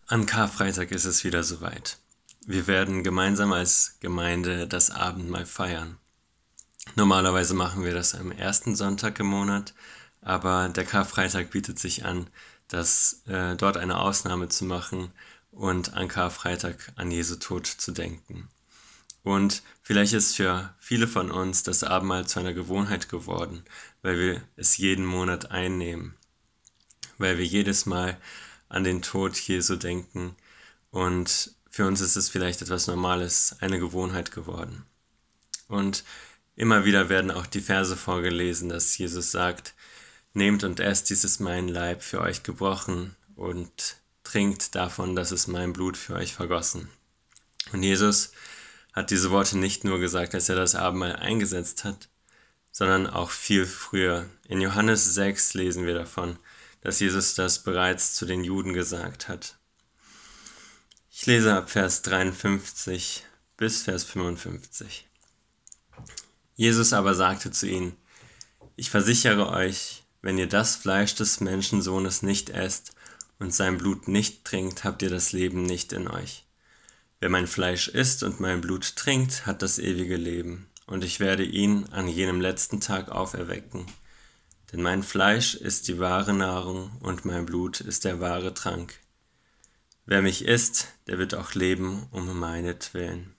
An Karfreitag ist es wieder soweit. Wir werden gemeinsam als Gemeinde das Abendmahl feiern. Normalerweise machen wir das am ersten Sonntag im Monat, aber der Karfreitag bietet sich an, dort eine Ausnahme zu machen und an Karfreitag an Jesu Tod zu denken. Und vielleicht ist für viele von uns das Abendmahl zu einer Gewohnheit geworden, weil wir es jeden Monat einnehmen, weil wir jedes Mal an den Tod Jesu denken und für uns ist es vielleicht etwas Normales, eine Gewohnheit geworden. Und immer wieder werden auch die Verse vorgelesen, dass Jesus sagt, nehmt und esst, dies ist mein Leib für euch gebrochen und trinkt davon, das ist mein Blut für euch vergossen. Und Jesus hat diese Worte nicht nur gesagt, als er das Abendmahl eingesetzt hat, sondern auch viel früher. In Johannes 6 lesen wir davon, dass Jesus das bereits zu den Juden gesagt hat. Ich lese ab Vers 53 bis Vers 55. Jesus aber sagte zu ihnen, ich versichere euch, wenn ihr das Fleisch des Menschensohnes nicht esst und sein Blut nicht trinkt, habt ihr das Leben nicht in euch. Wer mein Fleisch isst und mein Blut trinkt, hat das ewige Leben, und ich werde ihn an jenem letzten Tag auferwecken. Denn mein Fleisch ist die wahre Nahrung und mein Blut ist der wahre Trank. Wer mich isst, der wird auch leben um meinetwillen.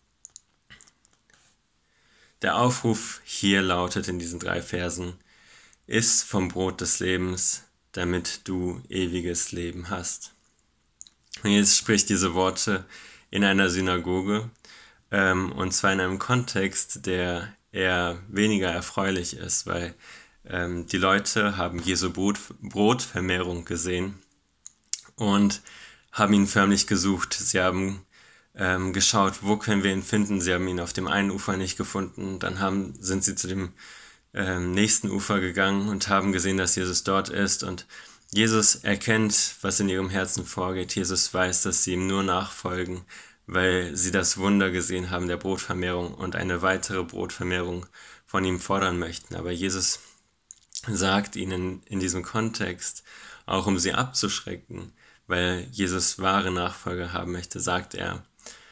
Der Aufruf hier lautet in diesen 3 Versen, iss vom Brot des Lebens, damit du ewiges Leben hast. Und Jesus spricht diese Worte in einer Synagoge, und zwar in einem Kontext, der eher weniger erfreulich ist, weil die Leute haben Jesu Brotvermehrung gesehen und haben ihn förmlich gesucht. Sie haben geschaut, wo können wir ihn finden. Sie haben ihn auf dem einen Ufer nicht gefunden. Dann sind sie zu dem nächsten Ufer gegangen und haben gesehen, dass Jesus dort ist. Und Jesus erkennt, was in ihrem Herzen vorgeht. Jesus weiß, dass sie ihm nur nachfolgen, weil sie das Wunder gesehen haben der Brotvermehrung und eine weitere Brotvermehrung von ihm fordern möchten. Aber Jesus sagt ihnen in diesem Kontext, auch um sie abzuschrecken, weil Jesus wahre Nachfolger haben möchte, sagt er,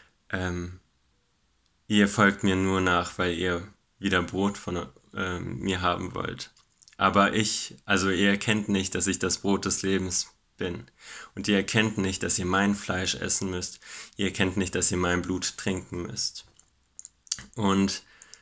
ihr folgt mir nur nach, weil ihr wieder Brot von mir haben wollt. Aber ihr erkennt nicht, dass ich das Brot des Lebens bin. Und ihr erkennt nicht, dass ihr mein Fleisch essen müsst. Ihr erkennt nicht, dass ihr mein Blut trinken müsst. Und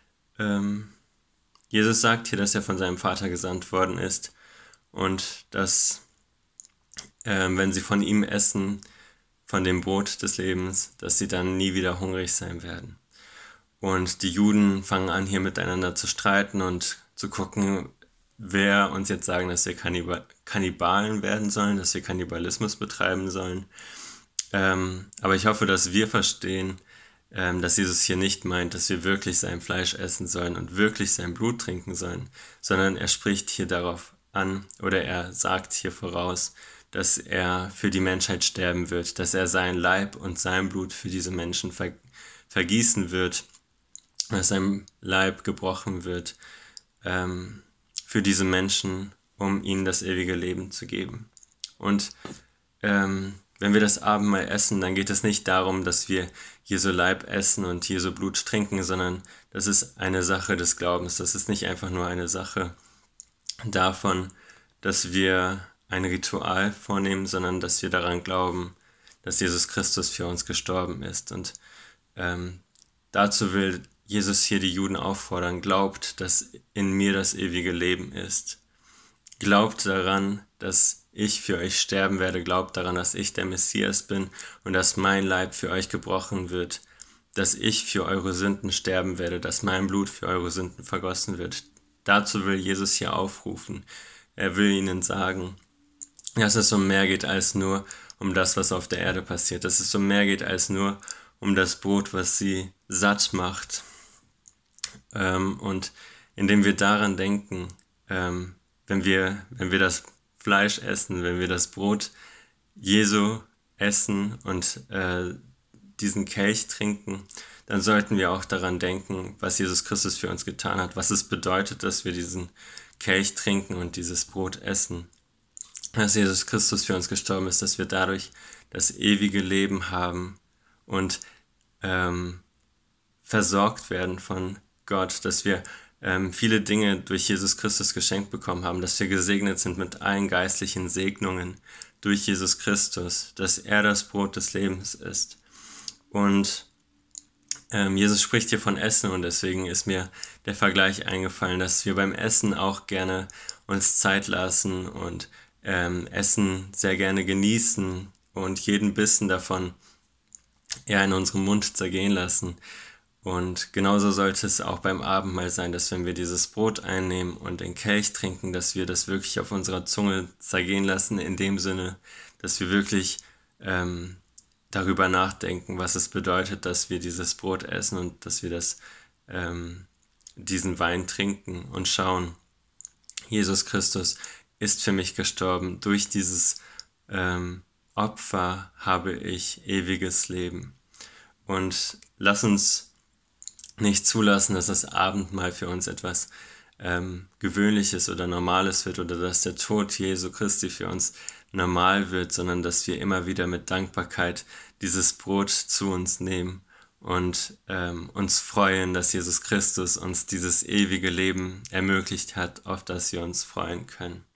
Jesus sagt hier, dass er von seinem Vater gesandt worden ist und dass, wenn sie von ihm essen, von dem Brot des Lebens, dass sie dann nie wieder hungrig sein werden. Und die Juden fangen an, hier miteinander zu streiten und zu gucken, wer uns jetzt sagen, dass wir Kannibalen werden sollen, dass wir Kannibalismus betreiben sollen. Aber ich hoffe, dass wir verstehen, dass Jesus hier nicht meint, dass wir wirklich sein Fleisch essen sollen und wirklich sein Blut trinken sollen, sondern er spricht hier darauf an oder er sagt hier voraus, dass er für die Menschheit sterben wird, dass er sein Leib und sein Blut für diese Menschen vergießen wird, dass sein Leib gebrochen wird für diese Menschen, um ihnen das ewige Leben zu geben. Und wenn wir das Abendmahl essen, dann geht es nicht darum, dass wir Jesu Leib essen und Jesu Blut trinken, sondern das ist eine Sache des Glaubens. Das ist nicht einfach nur eine Sache davon, dass wir ein Ritual vornehmen, sondern dass wir daran glauben, dass Jesus Christus für uns gestorben ist. Und dazu will Jesus hier die Juden auffordern, glaubt, dass in mir das ewige Leben ist. Glaubt daran, dass ich für euch sterben werde, glaubt daran, dass ich der Messias bin und dass mein Leib für euch gebrochen wird, dass ich für eure Sünden sterben werde, dass mein Blut für eure Sünden vergossen wird. Dazu will Jesus hier aufrufen. Er will ihnen sagen, dass es um mehr geht als nur um das, was auf der Erde passiert, dass es um mehr geht als nur um das Brot, was sie satt macht. Und indem wir daran denken, wenn wir das Fleisch essen, wenn wir das Brot Jesu essen und diesen Kelch trinken, dann sollten wir auch daran denken, was Jesus Christus für uns getan hat, was es bedeutet, dass wir diesen Kelch trinken und dieses Brot essen. dass Jesus Christus für uns gestorben ist, dass wir dadurch das ewige Leben haben und versorgt werden von Gott, dass wir viele Dinge durch Jesus Christus geschenkt bekommen haben, dass wir gesegnet sind mit allen geistlichen Segnungen durch Jesus Christus, dass er das Brot des Lebens ist. Und Jesus spricht hier von Essen und deswegen ist mir der Vergleich eingefallen, dass wir beim Essen auch gerne uns Zeit lassen und Essen sehr gerne genießen und jeden Bissen davon in unserem Mund zergehen lassen. Und genauso sollte es auch beim Abendmahl sein, dass wenn wir dieses Brot einnehmen und den Kelch trinken, dass wir das wirklich auf unserer Zunge zergehen lassen, in dem Sinne, dass wir wirklich darüber nachdenken, was es bedeutet, dass wir dieses Brot essen und dass wir diesen Wein trinken und schauen, Jesus Christus ist für mich gestorben. Durch dieses Opfer habe ich ewiges Leben. Und lass uns nicht zulassen, dass das Abendmahl für uns etwas Gewöhnliches oder Normales wird oder dass der Tod Jesu Christi für uns normal wird, sondern dass wir immer wieder mit Dankbarkeit dieses Brot zu uns nehmen und uns freuen, dass Jesus Christus uns dieses ewige Leben ermöglicht hat, auf das wir uns freuen können.